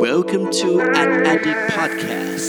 Welcome to An Addict Podcast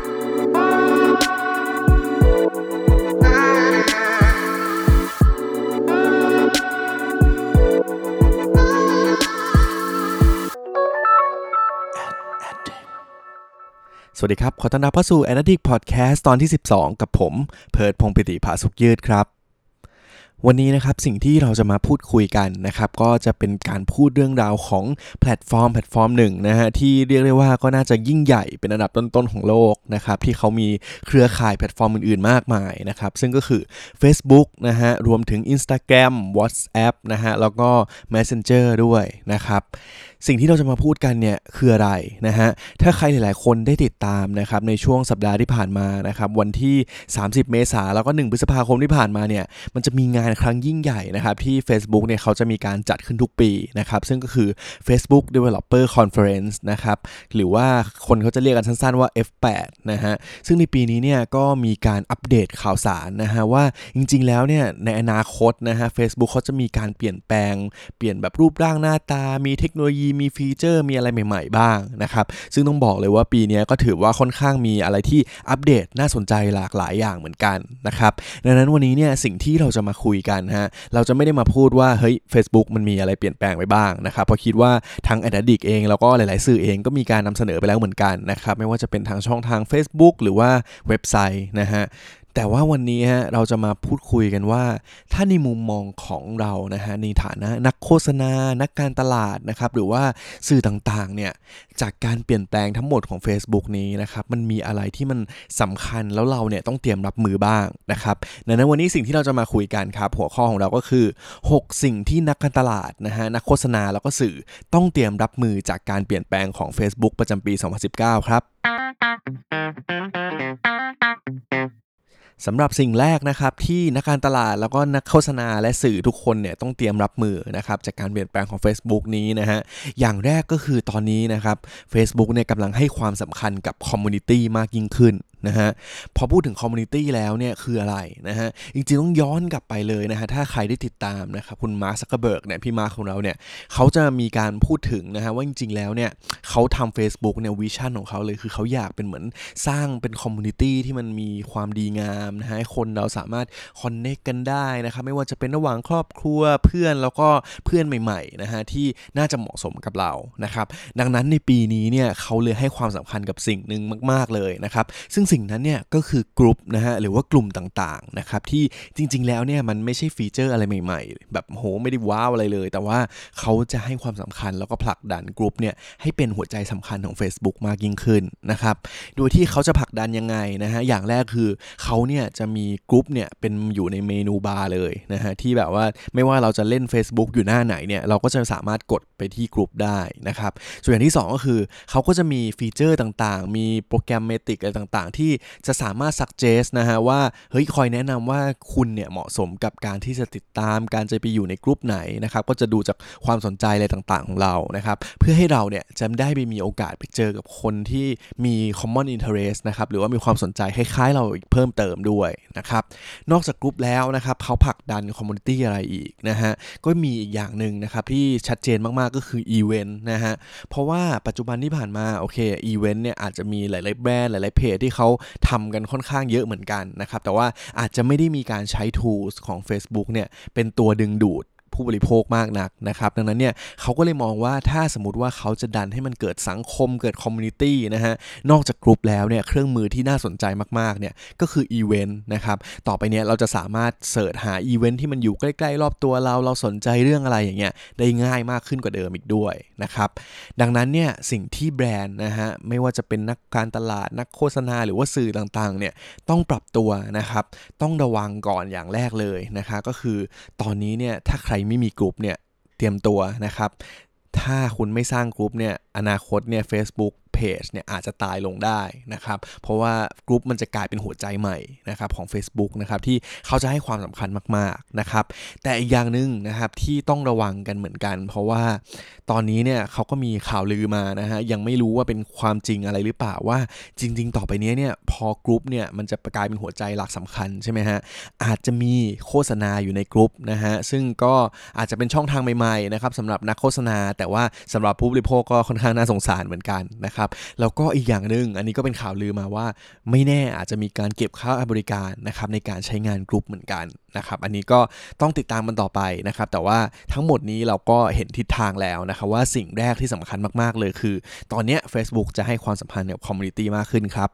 สวัสดีครับขอต้อนรับเข้าสู่ An Addict Podcast ตอนที่12กับผมเพิร์ทพงษ์ปิติผาสุขยืดครับวันนี้นะครับสิ่งที่เราจะมาพูดคุยกันนะครับก็จะเป็นการพูดเรื่องราวของแพลตฟอร์มหนึ่งนะฮะที่เรียกได้ว่าก็น่าจะยิ่งใหญ่เป็นอันดับต้นๆของโลกนะครับที่เขามีเครือข่ายแพลตฟอร์มอื่นๆมากมายนะครับซึ่งก็คือ Facebook นะฮะรวมถึง Instagram WhatsApp นะฮะแล้วก็ Messenger ด้วยนะครับสิ่งที่เราจะมาพูดกันเนี่ยคืออะไรนะฮะถ้าใครหลายๆคนได้ติดตามนะครับในช่วงสัปดาห์ที่ผ่านมานะครับวันที่30เมษายนแล้วก็1พฤษภาคมที่ผ่านมาเนี่ยมันจะมีงานครั้งยิ่งใหญ่นะครับที่ Facebook เนี่ยเขาจะมีการจัดขึ้นทุกปีนะครับซึ่งก็คือ Facebook Developer Conference นะครับหรือว่าคนเขาจะเรียกกันสั้นๆว่า F8 นะฮะซึ่งในปีนี้เนี่ยก็มีการอัปเดตข่าวสารนะฮะว่าจริงๆแล้วเนี่ยในอนาคตนะฮะ Facebook เขาจะมีการเปลี่ยนแปลงเปลี่ยนแบบรูปร่างหน้าตามีเทคโนโลยีมีฟีเจอร์มีอะไรใหม่ๆบ้างนะครับซึ่งต้องบอกเลยว่าปีนี้ก็ถือว่าค่อนข้างมีอะไรที่อัปเดตน่าสนใจหลากหลายอย่างเหมือนกันนะครับดังนั้นวันนี้เนี่ยสิ่งที่เราจะมาคุยกันฮะเราจะไม่ได้มาพูดว่าเฮ้ย Facebook มันมีอะไรเปลี่ยนแปลงไปบ้างนะครับเพราะคิดว่าทั้ง An Addict เองแล้วก็หลายๆสื่อเองก็มีการนำเสนอไปแล้วเหมือนกันนะครับไม่ว่าจะเป็นทางช่องทาง Facebook หรือว่าเว็บไซต์นะฮะแต่ว่าวันนี้ฮะเราจะมาพูดคุยกันว่าถ้าในมุมมองของเรานะฮะในฐานะนักโฆษณานักการตลาดนะครับหรือว่าสื่อต่างๆเนี่ยจากการเปลี่ยนแปลงทั้งหมดของ Facebook นี้นะครับมันมีอะไรที่มันสำคัญแล้วเราเนี่ยต้องเตรียมรับมือบ้างนะครับดังนั้นวันนี้สิ่งที่เราจะมาคุยกันครับหัวข้อของเราก็คือ6สิ่งที่นักการตลาดนะฮะนักโฆษณาแล้วก็สื่อต้องเตรียมรับมือจากการเปลี่ยนแปลงของ Facebook ประจำปี 2019 ครับสำหรับสิ่งแรกนะครับที่นักการตลาดแล้วก็นักโฆษณาและสื่อทุกคนเนี่ยต้องเตรียมรับมือนะครับจากการเปลี่ยนแปลงของ Facebook นี้นะฮะอย่างแรกก็คือตอนนี้นะครับ Facebook เนี่ยกำลังให้ความสำคัญกับคอมมูนิตี้มากยิ่งขึ้นนะฮะพอพูดถึงคอมมูนิตี้แล้วเนี่ยคืออะไรนะฮะจริงๆต้องย้อนกลับไปเลยนะฮะถ้าใครได้ติดตามนะครับคุณมาร์ค ซักเคอร์เบิร์กเนี่ยพี่มาร์คของเราเนี่ยเขาจะมีการพูดถึงนะฮะว่าจริงๆแล้วเนี่ยเขาทำ Facebook เนี่ยวิชั่นของเขาเลยคือเขาอยากเป็นเหมือนสร้างเป็นคอมมูนิตี้ที่มันมีความดีงามนะฮะให้คนเราสามารถคอนเนคกันได้นะครับไม่ว่าจะเป็นระหว่างครอบครัวเพื่อนแล้วก็เพื่อนใหม่ๆนะฮะที่น่าจะเหมาะสมกับเรานะครับดังนั้นในปีนี้เนี่ยเขาเลยให้ความสำคัญกับสิ่งหนึ่งมากๆเลยนะครับซึ่งสิ่งนั้นเนี่ยก็คือกลุ่มนะฮะหรือว่ากลุ่มต่างๆนะครับที่จริงๆแล้วเนี่ยมันไม่ใช่ฟีเจอร์อะไรใหม่ๆแบบโหไม่ได้ว้าวอะไรเลยแต่ว่าเขาจะให้ความสำคัญแล้วก็ผลักดันกลุ่มเนี่ยให้เป็นหัวใจสำคัญของ Facebook มากยิ่งขึ้นนะครับโดยที่เขาจะผลักดันยังไงนะฮะอย่างแรกคือเขาเนี่ยจะมีกลุ่มเนี่ยเป็นอยู่ในเมนูบาร์เลยนะฮะที่แบบว่าไม่ว่าเราจะเล่น Facebook อยู่หน้าไหนเนี่ยเราก็จะสามารถกดไปที่กลุ่มได้นะครับส่วนอย่างที่2ก็คือเขาก็จะมีฟีเจอร์ต่างๆมีโปรแกรมเมติกอะไรต่างๆที่จะสามารถ suggest นะฮะว่าเฮ้ยคอยแนะนำว่าคุณเนี่ยเหมาะสมกับการที่จะติดตามการจะไปอยู่ในกลุ่มไหนนะครับก็จะดูจากความสนใจอะไรต่างๆของเรานะครับเพื่อให้เราเนี่ยจะได้ไปมีโอกาสไปเจอกับคนที่มี common interest นะครับหรือว่ามีความสนใจคล้ายๆเราอีกเพิ่มเติมด้วยนะครับนอกจากกลุ่มแล้วนะครับเขาผลักดัน community อะไรอีกนะฮะก็มีอีกอย่างนึงนะครับที่ชัดเจนมากๆก็คือ event นะฮะเพราะว่าปัจจุบันที่ผ่านมาโอเค event เนี่ยอาจจะมีหลายๆแบรนด์หลายๆเพจที่เขาทำกันค่อนข้างเยอะเหมือนกันนะครับแต่ว่าอาจจะไม่ได้มีการใช้ tools ของ Facebook เนี่ยเป็นตัวดึงดูดผู้บริโภคมากนักนะครับดังนั้นเนี่ยเขาก็เลยมองว่าถ้าสมมุติว่าเขาจะดันให้มันเกิดสังคมเกิดคอมมูนิตี้นะฮะนอกจากกลุ่มแล้วเนี่ยเครื่องมือที่น่าสนใจมากๆเนี่ยก็คืออีเวนต์นะครับต่อไปเนี่ยเราจะสามารถเสิร์ชหาอีเวนต์ที่มันอยู่ใกล้ๆรอบตัวเราสนใจเรื่องอะไรอย่างเงี้ยได้ง่ายมากขึ้นกว่าเดิมอีกด้วยนะครับดังนั้นเนี่ยสิ่งที่แบรนด์นะฮะไม่ว่าจะเป็นนักการตลาดนักโฆษณาหรือว่าสื่อต่างๆเนี่ยต้องปรับตัวนะครับต้องระวังก่อนอย่างแรกเลยนะคะก็คือตอนนี้เนี่ยถ้าใครไม่มีกลุ่มเนี่ยเตรียมตัวนะครับถ้าคุณไม่สร้างกลุ่มเนี่ยอนาคตเนี่ย Facebook เพจเนี่ยอาจจะตายลงได้นะครับเพราะว่ากลุ่มมันจะกลายเป็นหัวใจใหม่นะครับของ Facebook นะครับที่เขาจะให้ความสำคัญมากๆนะครับแต่อีกอย่างนึงนะครับที่ต้องระวังกันเหมือนกันเพราะว่าตอนนี้เนี่ยเขาก็มีข่าวลือมานะฮะยังไม่รู้ว่าเป็นความจริงอะไรหรือเปล่าว่าจริงๆต่อไปนี้เนี่ยพอกลุ่มเนี่ยมันจะกลายเป็นหัวใจหลักสำคัญใช่ไหมฮะอาจจะมีโฆษณาอยู่ในกลุ่มนะฮะซึ่งก็อาจจะเป็นช่องทางใหม่ๆนะครับสำหรับนักโฆษณาแต่ว่าสำหรับผู้บริโภคก็ค่อนข้างน่าสงสารเหมือนกันนะครับแล้วก็อีกอย่างนึงอันนี้ก็เป็นข่าวลือมาว่าไม่แน่อาจจะมีการเก็บค่าบริการนะครับในการใช้งานกลุ่มเหมือนกันนะครับอันนี้ก็ต้องติดตามมันต่อไปนะครับแต่ว่าทั้งหมดนี้เราก็เห็นทิศทางแล้วนะครับว่าสิ่งแรกที่สำคัญมากๆเลยคือตอนนี้ Facebook จะให้ความสัมพันธ์กับคอมมูนิตี้มากขึ้นครับ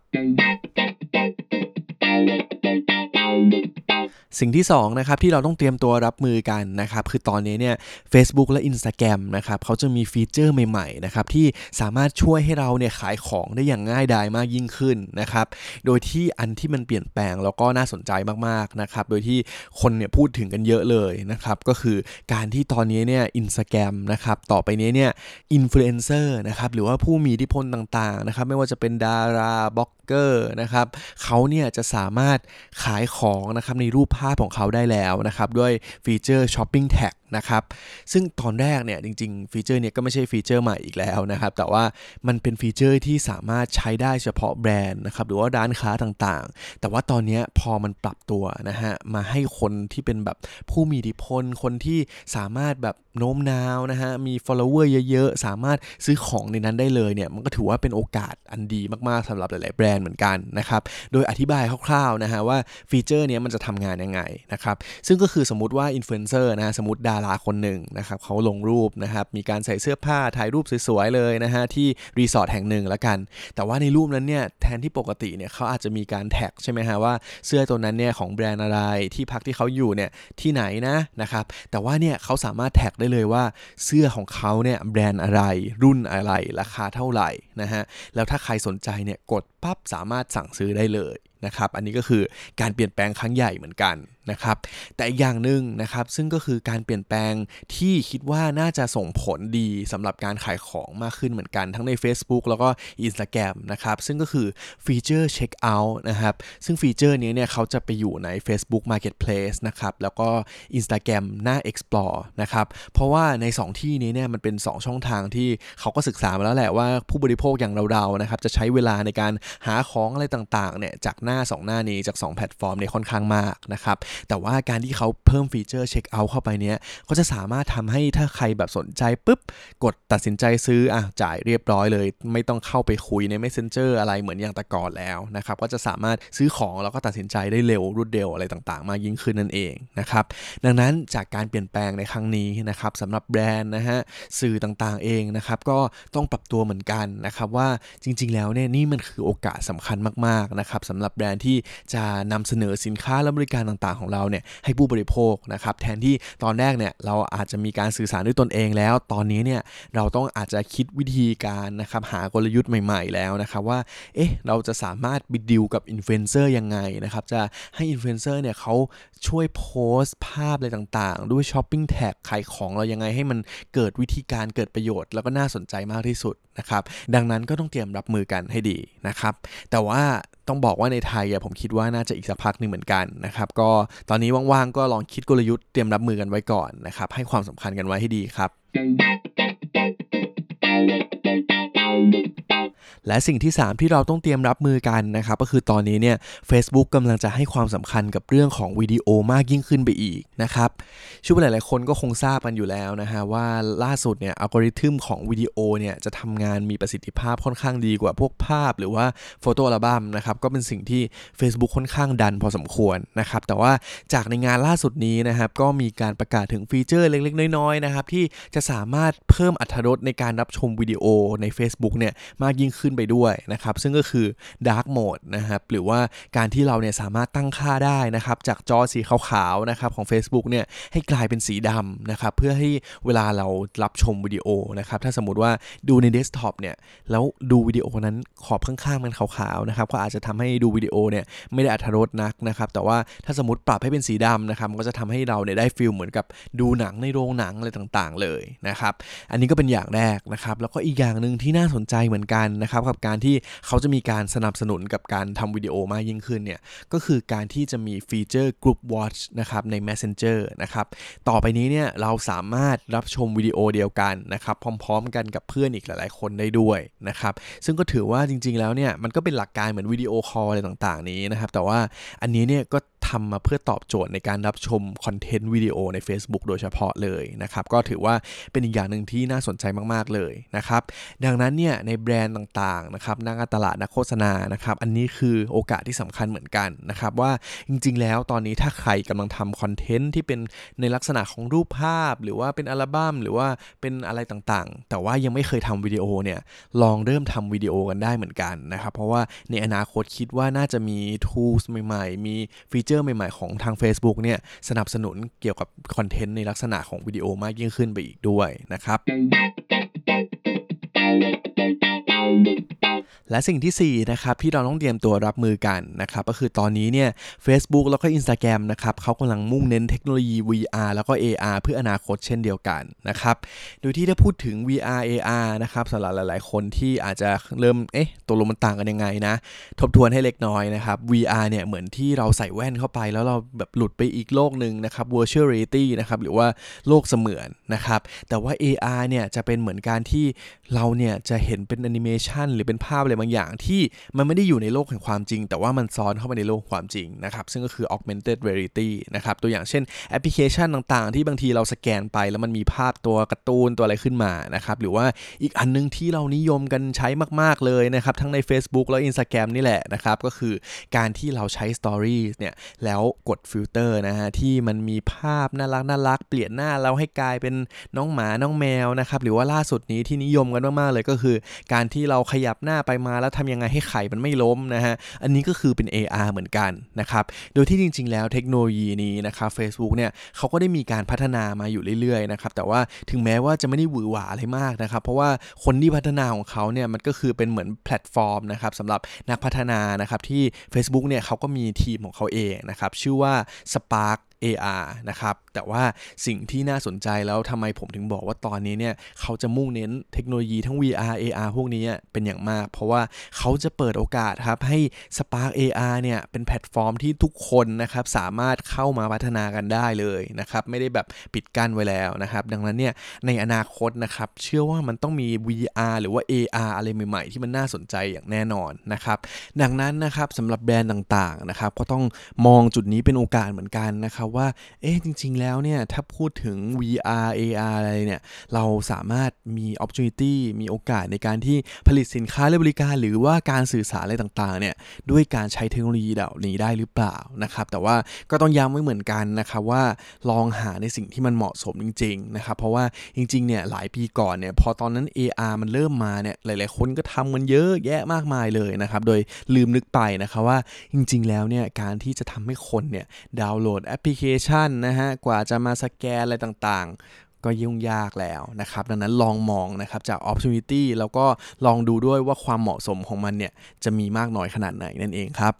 สิ่งที่2นะครับที่เราต้องเตรียมตัวรับมือกันนะครับคือตอนนี้เนี่ย Facebook และ Instagram นะครับเขาจะมีฟีเจอร์ใหม่ๆนะครับที่สามารถช่วยให้เราเนี่ยขายของได้อย่างง่ายดายมากยิ่งขึ้นนะครับโดยที่อันที่มันเปลี่ยนแปลงแล้วก็น่าสนใจมากๆนะครับโดยที่คนเนี่ยพูดถึงกันเยอะเลยนะครับก็คือการที่ตอนนี้เนี่ย Instagram นะครับต่อไปนี้เนี่ยอินฟลูเอนเซอร์นะครับหรือว่าผู้มีอิทธิพลต่างๆนะครับไม่ว่าจะเป็นดาราบล็อกเกอร์นะครับเขาเนี่ยจะสามารถขายของนะครับในรูปภาพของเขาได้แล้วนะครับด้วยฟีเจอร์ Shopping Tag นะครับซึ่งตอนแรกเนี่ยจริงๆฟีเจอร์เนี่ยก็ไม่ใช่ฟีเจอร์ใหม่อีกแล้วนะครับแต่ว่ามันเป็นฟีเจอร์ที่สามารถใช้ได้เฉพาะแบรนด์นะครับหรือว่าร้านค้าต่างๆแต่ว่าตอนนี้พอมันปรับตัวนะฮะมาให้คนที่เป็นแบบผู้มีอิทธิพลคนที่สามารถแบบโน้มน้าวนะฮะมี follower เยอะๆสามารถซื้อของในนั้นได้เลยเนี่ยมันก็ถือว่าเป็นโอกาสอันดีมากๆสำหรับหลายๆแบรนด์เหมือนกันนะครับโดยอธิบายคร่าวๆนะฮะว่าฟีเจอร์นี้มันจะทำงานยังไงนะครับซึ่งก็คือสมมุติว่าอินฟลูเอนเซอร์นะสมมุติดาราคนหนึ่งนะครับเขาลงรูปนะครับมีการใส่เสื้อผ้าถ่ายรูปสวยๆเลยนะฮะที่รีสอร์ทแห่งหนึ่งแล้วกันแต่ว่าในรูปนั้นเนี่ยแทนที่ปกติเนี่ยเขาอาจจะมีการแท็กใช่ไหมฮะว่าเสื้อตัวนั้นเนี่ยของแบรนด์อะไรที่พักที่เขาอยู่เนี่ยที่ไหนนะครับแต่ว่าเนี่ยเขาสามารถแท็กได้เลยว่าเสื้อของเขาเนี่ยแบรนด์อะไรรุ่นอะไรราคาเท่าไหร่นะฮะแล้วถ้าใครสนใจเนี่ยกดปั๊บสามารถสั่งซื้อได้เลยนะครับอันนี้ก็คือการเปลี่ยนแปลงครั้งใหญ่เหมือนกันนะครับแต่อีกอย่างนึงนะครับซึ่งก็คือการเปลี่ยนแปลงที่คิดว่าน่าจะส่งผลดีสำหรับการขายของมากขึ้นเหมือนกันทั้งใน Facebook แล้วก็ Instagram นะครับซึ่งก็คือฟีเจอร์เช็คเอาท์นะครับซึ่งฟีเจอร์นี้เนี่ยเขาจะไปอยู่ใน Facebook Marketplace นะครับแล้วก็ Instagram หน้า Explore นะครับเพราะว่าใน2ที่นี้เนี่ยมันเป็น2ช่องทางที่เขาก็ศึกษามาแล้วแหละว่าผู้บริโภคอย่างเราๆนะครับจะใช้เวลาในการหาของอะไรต่างๆเนี่ยจากหน้า2หน้านี้จาก2แพลตฟอร์มเนี่ยค่อนข้างมากนะครับแต่ว่าการที่เขาเพิ่มฟีเจอร์เช็คเอาท์เข้าไปเนี้ยก็จะสามารถทำให้ถ้าใครแบบสนใจปุ๊บกดตัดสินใจซื้อจ่ายเรียบร้อยเลยไม่ต้องเข้าไปคุยใน Messenger อะไรเหมือนอย่างแต่ก่อนแล้วนะครับก็จะสามารถซื้อของแล้วก็ตัดสินใจได้เร็วรวดเร็วอะไรต่างๆมากยิ่งขึ้นนั่นเองนะครับดังนั้นจากการเปลี่ยนแปลงในครั้งนี้นะครับสำหรับแบรนด์นะฮะสื่อต่างๆเองนะครับก็ต้องปรับตัวเหมือนกันนะครับว่าจริงๆแล้วเนี่ยนี่มันคือโอกาสสำคัญมากๆนะครับสำหรับแบรนด์ที่จะนำเสนอสินค้าและบริการต่างๆของเราเนี่ยให้ผู้บริโภคนะครับแทนที่ตอนแรกเนี่ยเราอาจจะมีการสื่อสารด้วยตนเองแล้วตอนนี้เนี่ยเราต้องอาจจะคิดวิธีการนะครับหากลยุทธ์ใหม่ๆแล้วนะครับว่าเราจะสามารถบิดดิวกับอินฟลูเอนเซอร์ยังไงนะครับจะให้อินฟลูเอนเซอร์เนี่ยเขาช่วยโพสต์ภาพอะไรต่างๆด้วยช้อปปิ้งแท็กขายของเรายังไงให้มันเกิดวิธีการเกิดประโยชน์แล้วก็น่าสนใจมากที่สุดนะครับดังนั้นก็ต้องเตรียมรับมือกันให้ดีนะครับแต่ว่าต้องบอกว่าในไทยผมคิดว่าน่าจะอีกสักพักนึงเหมือนกันนะครับก็ตอนนี้ว่างๆก็ลองคิดกลยุทธ์เตรียมรับมือกันไว้ก่อนนะครับให้ความสำคัญกันไว้ให้ดีครับและสิ่งที่3ที่เราต้องเตรียมรับมือกันนะครับก็คือตอนนี้เนี่ย Facebook กำลังจะให้ความสำคัญกับเรื่องของวิดีโอมากยิ่งขึ้นไปอีกนะครับเชื่อว่าหลายๆคนก็คงทราบกันอยู่แล้วนะฮะว่าล่าสุดเนี่ยอัลกอริทึมของวิดีโอเนี่ยจะทำงานมีประสิทธิภาพค่อนข้างดีกว่าพวกภาพหรือว่าโฟโต้อัลบั้มนะครับก็เป็นสิ่งที่ Facebook ค่อนข้างดันพอสมควรนะครับแต่ว่าจากในงานล่าสุดนี้นะครับก็มีการประกาศถึงฟีเจอร์เล็กๆน้อยๆนะครับที่จะสามารถเพิ่มอรรถรสในการรับชมวิดีโอใน Facebook เนี่ยมากยิ่งขึ้นไปด้วยนะครับซึ่งก็คือ Dark Mode นะครับหรือว่าการที่เราเนี่ยสามารถตั้งค่าได้นะครับจากจอสีขาวๆนะครับของ Facebook เนี่ยให้กลายเป็นสีดำนะครับเพื่อให้เวลาเรารับชมวิดีโอนะครับถ้าสมมุติว่าดูในเดสก์ท็อปเนี่ยแล้วดูวิดีโอนั้นขอบข้างๆมันขาวๆนะครับก็อาจจะทำให้ดูวิดีโอเนี่ยไม่ได้อรรถรสนักนะครับแต่ว่าถ้าสมมติปรับให้เป็นสีดำนะครับมันก็จะทำให้เราเนี่ยได้ฟีลเหมือนกับดูหนังในโรงหนังอะไรต่างๆเลยนะครับอันนี้ก็เป็นอย่างแรกนะครับแล้วก็อีกอย่างนึงที่น่าสนใจเหมือนกันนะครับกับการที่เขาจะมีการสนับสนุนกับการทำวิดีโอมากยิ่งขึ้นเนี่ยก็คือการที่จะมีฟีเจอร์ Group Watch นะครับใน Messenger นะครับต่อไปนี้เนี่ยเราสามารถรับชมวิดีโอเดียวกันนะครับพร้อมๆกันกับเพื่อนอีกหลายๆคนได้ด้วยนะครับซึ่งก็ถือว่าจริงๆแล้วเนี่ยมันก็เป็นหลักการเหมือนวิดีโอคอลอะไรต่างๆนี้นะครับแต่ว่าอันนี้เนี่ยก็ทำมาเพื่อตอบโจทย์ในการรับชมคอนเทนต์วิดีโอใน Facebook โดยเฉพาะเลยนะครับก็ถือว่าเป็นอีกอย่างนึงที่น่าสนใจมากๆเลยนะครับดังนั้นเนี่ยในแบรนด์ต่างๆนะครับนักการตลาดนักโฆษณานะครับอันนี้คือโอกาสที่สำคัญเหมือนกันนะครับว่าจริงๆแล้วตอนนี้ถ้าใครกำลังทำคอนเทนต์ที่เป็นในลักษณะของรูปภาพหรือว่าเป็นอัลบั้มหรือว่าเป็นอะไรต่างๆแต่ว่ายังไม่เคยทำวิดีโอเนี่ยลองเริ่มทำวิดีโอกันได้เหมือนกันนะครับเพราะว่าในอนาคตคิดว่าน่าจะมี tools ใหม่ๆมีฟีเจอร์ใหม่ๆของทาง Facebook เนี่ยสนับสนุนเกี่ยวกับคอนเทนต์ในลักษณะของวิดีโอมากยิ่งขึ้นไปอีกด้วยนะครับและสิ่งที่4นะครับที่เราต้องเตรียมตัวรับมือกันนะครับก็คือตอนนี้เนี่ย Facebook แล้วก็ Instagram นะครับเขากำลังมุ่งเน้นเทคโนโลยี VR แล้วก็ AR เพื่ออนาคตเช่นเดียวกันนะครับโดยที่ถ้าพูดถึง VR AR นะครับสำหรับหลายๆคนที่อาจจะเริ่มตัวลงมันต่างกันยังไงนะทบทวนให้เล็กน้อยนะครับ VR เนี่ยเหมือนที่เราใส่แว่นเข้าไปแล้วเราแบบหลุดไปอีกโลกนึงนะครับ Virtual Reality นะครับหรือว่าโลกเสมือนนะครับแต่ว่า AR เนี่ยจะเป็นเหมือนการที่เราเนี่ยจะเห็นเป็นแอนิเมชันหรือเป็นภาพอะไรบางอย่างที่มันไม่ได้อยู่ในโลกแห่งความจริงแต่ว่ามันซ้อนเข้าไปในโลกความจริงนะครับซึ่งก็คือ augmented reality นะครับตัวอย่างเช่นแอปพลิเคชันต่างๆที่บางทีเราสแกนไปแล้วมันมีภาพตัวการ์ตูนตัวอะไรขึ้นมานะครับหรือว่าอีกอันนึงที่เรานิยมกันใช้มากๆเลยนะครับทั้งใน Facebook และ Instagram นี่แหละนะครับก็คือการที่เราใช้ Stories เนี่ยแล้วกดฟิลเตอร์นะฮะที่มันมีภาพน่ารักเปลี่ยนหน้าเราให้กลายเป็นน้องหมาน้องแมวนะครับหรือว่าล่าสุดนี้ที่นิยมกันมากๆเลยก็คือการที่เราขยับหน้าไปมาแล้วทำยังไงให้ไข่มันไม่ล้มนะฮะอันนี้ก็คือเป็น AR เหมือนกันนะครับโดยที่จริงๆแล้วเทคโนโลยีนี้นะครับ Facebook เนี่ยเขาก็ได้มีการพัฒนามาอยู่เรื่อยๆนะครับแต่ว่าถึงแม้ว่าจะไม่ได้หวือหวาอะไรมากนะครับเพราะว่าคนที่พัฒนาของเขาเนี่ยมันก็คือเป็นเหมือนแพลตฟอร์มนะครับสำหรับนักพัฒนานะครับที่ Facebook เนี่ยเขาก็มีทีมของเขาเองนะครับชื่อว่า Spark AR นะครับแต่ว่าสิ่งที่น่าสนใจแล้วทำไมผมถึงบอกว่าตอนนี้เนี่ยเขาจะมุ่งเน้นเทคโนโลยีทั้ง VR AR พวกนี้เป็นอย่างมากเพราะว่าเขาจะเปิดโอกาสครับให้ Spark AR เนี่ยเป็นแพลตฟอร์มที่ทุกคนนะครับสามารถเข้ามาพัฒนากันได้เลยนะครับไม่ได้แบบปิดกั้นไว้แล้วนะครับดังนั้นเนี่ยในอนาคตนะครับเชื่อว่ามันต้องมี VR หรือว่า AR อะไรใหม่ๆที่มันน่าสนใจอย่างแน่นอนนะครับดังนั้นนะครับสำหรับแบรนด์ต่างๆนะครับก็ต้องมองจุดนี้เป็นโอกาสเหมือนกันนะครับว่าจริงๆแล้วเนี่ยถ้าพูดถึง VR AR อะไรเนี่ยเราสามารถมี opportunity มีโอกาสในการที่ผลิตสินค้าและบริการหรือว่าการสื่อสารอะไรต่างๆเนี่ยด้วยการใช้เทคโนโลยีเหล่านี้ได้หรือเปล่านะครับแต่ว่าก็ต้องย้ำไว้เหมือนกันนะครับว่าลองหาในสิ่งที่มันเหมาะสมจริงๆนะครับเพราะว่าจริงๆเนี่ยหลายปีก่อนเนี่ยพอตอนนั้น AR มันเริ่มมาเนี่ยหลายๆคนก็ทำมันเยอะแยะมากมายเลยนะครับโดยลืมนึกไปนะครับว่าจริงๆแล้วเนี่ยการที่จะทำให้คนเนี่ยดาวน์โหลดแอปพลิเคชันนะฮะกว่าจะมาสแกนอะไรต่างๆก็ยุ่งยากแล้วนะครับดังนั้นลองมองนะครับจาก opportunity แล้วก็ลองดูด้วยว่าความเหมาะสมของมันเนี่ยจะมีมากน้อยขนาดไหนนั่นเองครับ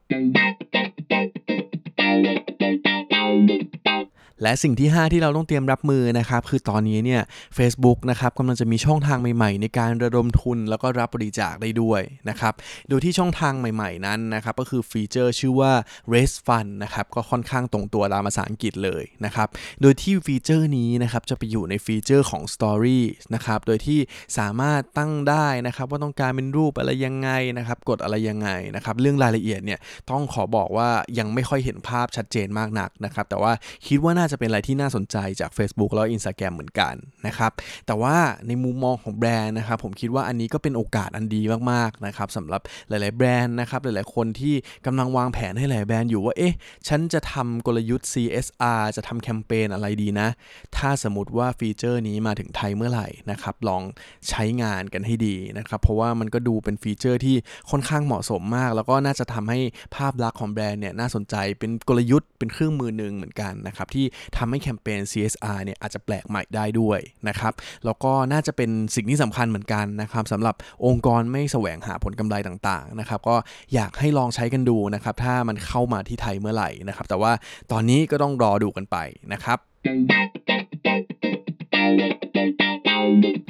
และสิ่งที่5ที่เราต้องเตรียมรับมือนะครับคือตอนนี้เนี่ย Facebook นะครับกำลังจะมีช่องทางใหม่ๆในการระดมทุนแล้วก็รับบริจาคได้ด้วยนะครับโดยที่ช่องทางใหม่ๆนั้นนะครับก็คือฟีเจอร์ชื่อว่า Raise Fund นะครับก็ค่อนข้างตรงตัวตามภาษาอังกฤษเลยนะครับโดยที่ฟีเจอร์นี้นะครับจะไปอยู่ในฟีเจอร์ของ Story นะครับโดยที่สามารถตั้งได้นะครับว่าต้องการเป็นรูปอะไรยังไงนะครับกดอะไรยังไงนะครับเรื่องรายละเอียดเนี่ยต้องขอบอกว่ายังไม่ค่อยเห็นภาพชัดเจนมากนักนะครับแต่ว่าคิดว่าน่าจะเป็นอะไรที่น่าสนใจจาก Facebook แล้ว Instagram เหมือนกันนะครับแต่ว่าในมุมมองของแบรนด์นะครับผมคิดว่าอันนี้ก็เป็นโอกาสอันดีมากๆนะครับสำหรับหลายๆแบรนด์นะครับหลายๆคนที่กำลังวางแผนให้หลายแบรนด์อยู่ว่าฉันจะทำกลยุทธ์ CSR จะทำแคมเปญอะไรดีนะถ้าสมมติว่าฟีเจอร์นี้มาถึงไทยเมื่อไหร่นะครับลองใช้งานกันให้ดีนะครับเพราะว่ามันก็ดูเป็นฟีเจอร์ที่ค่อนข้างเหมาะสมมากแล้วก็น่าจะทำให้ภาพลักษณ์ของแบรนด์เนี่ยน่าสนใจเป็นกลยุทธ์เป็นเครื่องมือนึงเหมือนกันนะครับที่ทำให้แคมเปญ CSR เนี่ยอาจจะแปลกใหม่ได้ด้วยนะครับแล้วก็น่าจะเป็นสิ่งที่สำคัญเหมือนกันนะครับสำหรับองค์กรไม่แสวงหาผลกำไรต่างๆนะครับก็อยากให้ลองใช้กันดูนะครับถ้ามันเข้ามาที่ไทยเมื่อไหร่นะครับแต่ว่าตอนนี้ก็ต้องรอดูกันไปนะครับ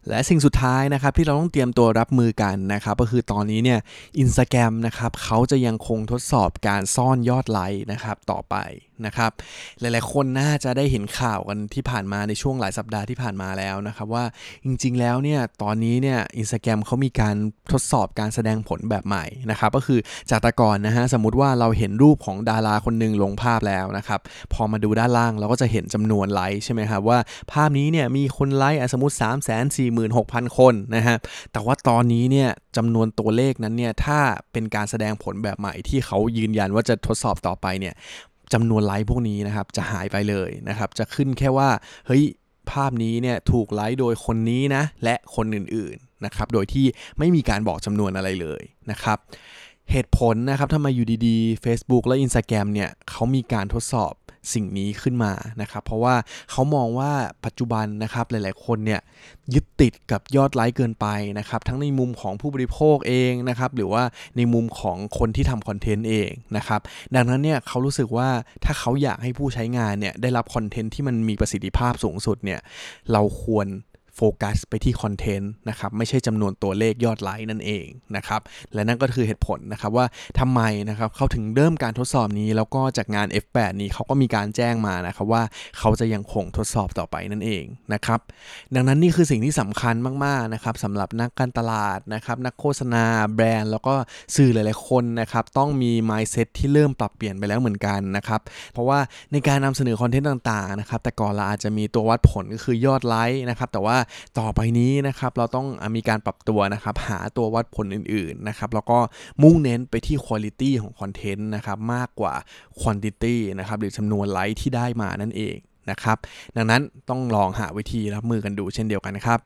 และสิ่งสุดท้ายนะครับที่เราต้องเตรียมตัวรับมือกันนะครับก็คือตอนนี้เนี่ย Instagram นะครับเขาจะยังคงทดสอบการซ่อนยอดไลค์นะครับต่อไปนะครับหลายๆคนน่าจะได้เห็นข่าวกันที่ผ่านมาในช่วงหลายสัปดาห์ที่ผ่านมาแล้วนะครับว่าจริงๆแล้วเนี่ยตอนนี้เนี่ย Instagram เขามีการทดสอบการแสดงผลแบบใหม่นะครับก็คือจากแต่ก่อนนะฮะสมมุติว่าเราเห็นรูปของดาราคนนึงลงภาพแล้วนะครับพอมาดูด้านล่างเราก็จะเห็นจำนวนไลค์ใช่ไหมครับว่าภาพนี้เนี่ยมีคนไลค์สมมุติ 346,000 คนนะฮะแต่ว่าตอนนี้เนี่ยจำนวนตัวเลขนั้นเนี่ยถ้าเป็นการแสดงผลแบบใหม่ที่เขายืนยันว่าจะทดสอบต่อไปเนี่ยจำนวนไลค์พวกนี้นะครับจะหายไปเลยนะครับจะขึ้นแค่ว่าเฮ้ยภาพนี้เนี่ยถูกไลค์โดยคนนี้นะและคนอื่นๆนะครับโดยที่ไม่มีการบอกจำนวนอะไรเลยนะครับเหตุผลนะครับทำไมอยู่ดีๆ Facebook และ Instagram เนี่ยเขามีการทดสอบสิ่งนี้ขึ้นมานะครับเพราะว่าเขามองว่าปัจจุบันนะครับหลายๆคนเนี่ยยึดติดกับยอดไลค์เกินไปนะครับทั้งในมุมของผู้บริโภคเองนะครับหรือว่าในมุมของคนที่ทำคอนเทนต์เองนะครับดังนั้นเนี่ยเขารู้สึกว่าถ้าเขาอยากให้ผู้ใช้งานเนี่ยได้รับคอนเทนต์ที่มันมีประสิทธิภาพสูงสุดเนี่ยเราควรโฟกัสไปที่คอนเทนต์นะครับไม่ใช่จำนวนตัวเลขยอดไลค์นั่นเองนะครับและนั่นก็คือเหตุผลนะครับว่าทำไมนะครับเขาถึงเริ่มการทดสอบนี้แล้วก็จากงาน F8 นี้เขาก็มีการแจ้งมานะครับว่าเขาจะยังคงทดสอบต่อไปนั่นเองนะครับดังนั้นนี่คือสิ่งที่สำคัญมากๆนะครับสำหรับนักการตลาดนะครับนักโฆษณาแบรนด์แล้วก็สื่อหลายๆคนนะครับต้องมี mindset ที่เริ่มปรับเปลี่ยนไปแล้วเหมือนกันนะครับเพราะว่าในการนำเสนอคอนเทนต์ต่างๆนะครับแต่ก่อนเราอาจจะมีตัววัดผลก็คือยอดไลค์นะครับแต่ว่าต่อไปนี้นะครับเราต้องมีการปรับตัวนะครับหาตัววัดผลอื่นๆนะครับแล้วก็มุ่งเน้นไปที่ quality ของคอนเทนต์นะครับมากกว่า quantity นะครับหรือจำนวนไลค์ที่ได้มานั่นเองนะครับดังนั้นต้องลองหาวิธีรับมือกันดูเช่นเดียวกันนะครับ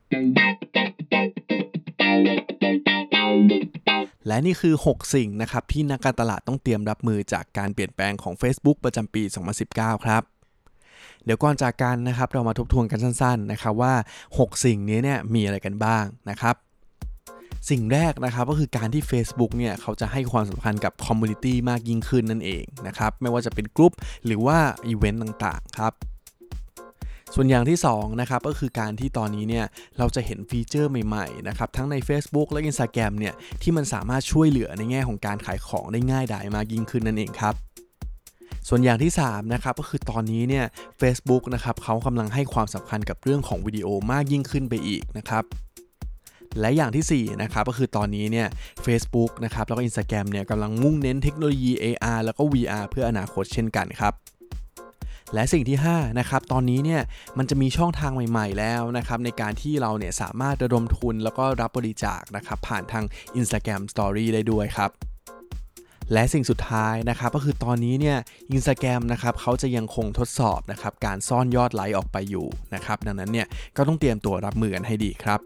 และนี่คือ6สิ่งนะครับที่นักการตลาดต้องเตรียมรับมือจากการเปลี่ยนแปลงของ Facebook ประจำปี 2019 ครับเดี๋ยวก่อนจากกันนะครับเรามาทบทวนกันสั้นๆนะครับว่า6สิ่งนี้เนี่ยมีอะไรกันบ้างนะครับสิ่งแรกนะครับก็คือการที่ Facebook เนี่ยเขาจะให้ความสำคัญกับคอมมูนิตี้มากยิ่งขึ้นนั่นเองนะครับไม่ว่าจะเป็นกลุ่มหรือว่าอีเวนต์ต่างๆครับส่วนอย่างที่2นะครับก็คือการที่ตอนนี้เนี่ยเราจะเห็นฟีเจอร์ใหม่ๆนะครับทั้งใน Facebook และ Instagram เนี่ยที่มันสามารถช่วยเหลือในแง่ของการขายของได้ง่ายดายมากยิ่งขึ้นนั่นเองครับส่วนอย่างที่3นะครับก็คือตอนนี้เนี่ย Facebook นะครับเขากำลังให้ความสำคัญกับเรื่องของวิดีโอมากยิ่งขึ้นไปอีกนะครับและอย่างที่4นะครับก็คือตอนนี้เนี่ย Facebook นะครับแล้วก็ Instagram เนี่ยกำลังมุ่งเน้นเทคโนโลยี AR แล้วก็ VR เพื่ออนาคตเช่นกันครับและสิ่งที่5นะครับตอนนี้เนี่ยมันจะมีช่องทางใหม่ๆแล้วนะครับในการที่เราเนี่ยสามารถระดมทุนแล้วก็รับบริจาคนะครับผ่านทาง Instagram Story ได้ด้วยครับและสิ่งสุดท้ายนะครับก็คือตอนนี้เนี่ย Instagram นะครับเขาจะยังคงทดสอบนะครับการซ่อนยอดไลค์ออกไปอยู่นะครับดังนั้นเนี่ยก็ต้องเตรียมตัวรับมือกันให้ดีครับ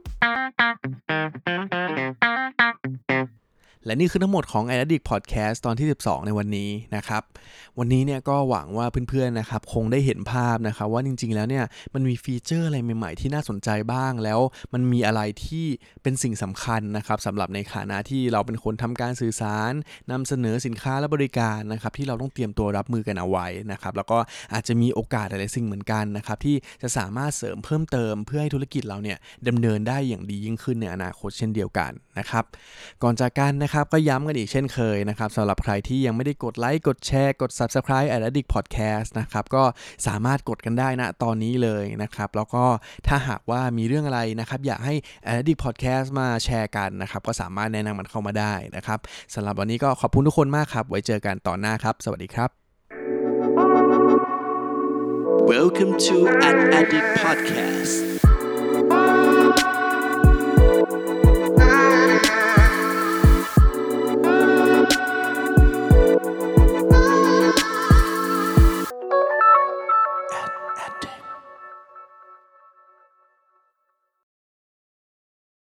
และนี่คือทั้งหมดของ Addict Podcast ตอนที่12ในวันนี้นะครับวันนี้เนี่ยก็หวังว่าเพื่อนๆนะครับคงได้เห็นภาพนะครับว่าจริงๆแล้วเนี่ยมันมีฟีเจอร์อะไรใหม่ๆที่น่าสนใจบ้างแล้วมันมีอะไรที่เป็นสิ่งสำคัญนะครับสำหรับในฐานะที่เราเป็นคนทำการสื่อสารนำเสนอสินค้าและบริการนะครับที่เราต้องเตรียมตัวรับมือกันเอาไว้นะครับแล้วก็อาจจะมีโอกาสหลายๆสิ่งเหมือนกันนะครับที่จะสามารถเสริมเพิ่มเติมเพื่อให้ธุรกิจเราเนี่ยดำเนินได้อย่างดียิ่งขึ้นในอนาคตเช่นเดียวกันนะครับก่อนจากกันนะครับก็ย้ำกันอีกเช่นเคยนะครับสำหรับใครที่ยังไม่ได้กดไลค์กดแชร์กด Subscribe Addict Podcast นะครับก็สามารถกดกันได้นะตอนนี้เลยนะครับแล้วก็ถ้าหากว่ามีเรื่องอะไรนะครับอยากให้ Addict Podcast มาแชร์กันนะครับก็สามารถแนะนำมันเข้ามาได้นะครับสำหรับวันนี้ก็ขอบคุณทุกคนมากครับไว้เจอกันตอนหน้าครับสวัสดีครับ Welcome to an Addict Podcast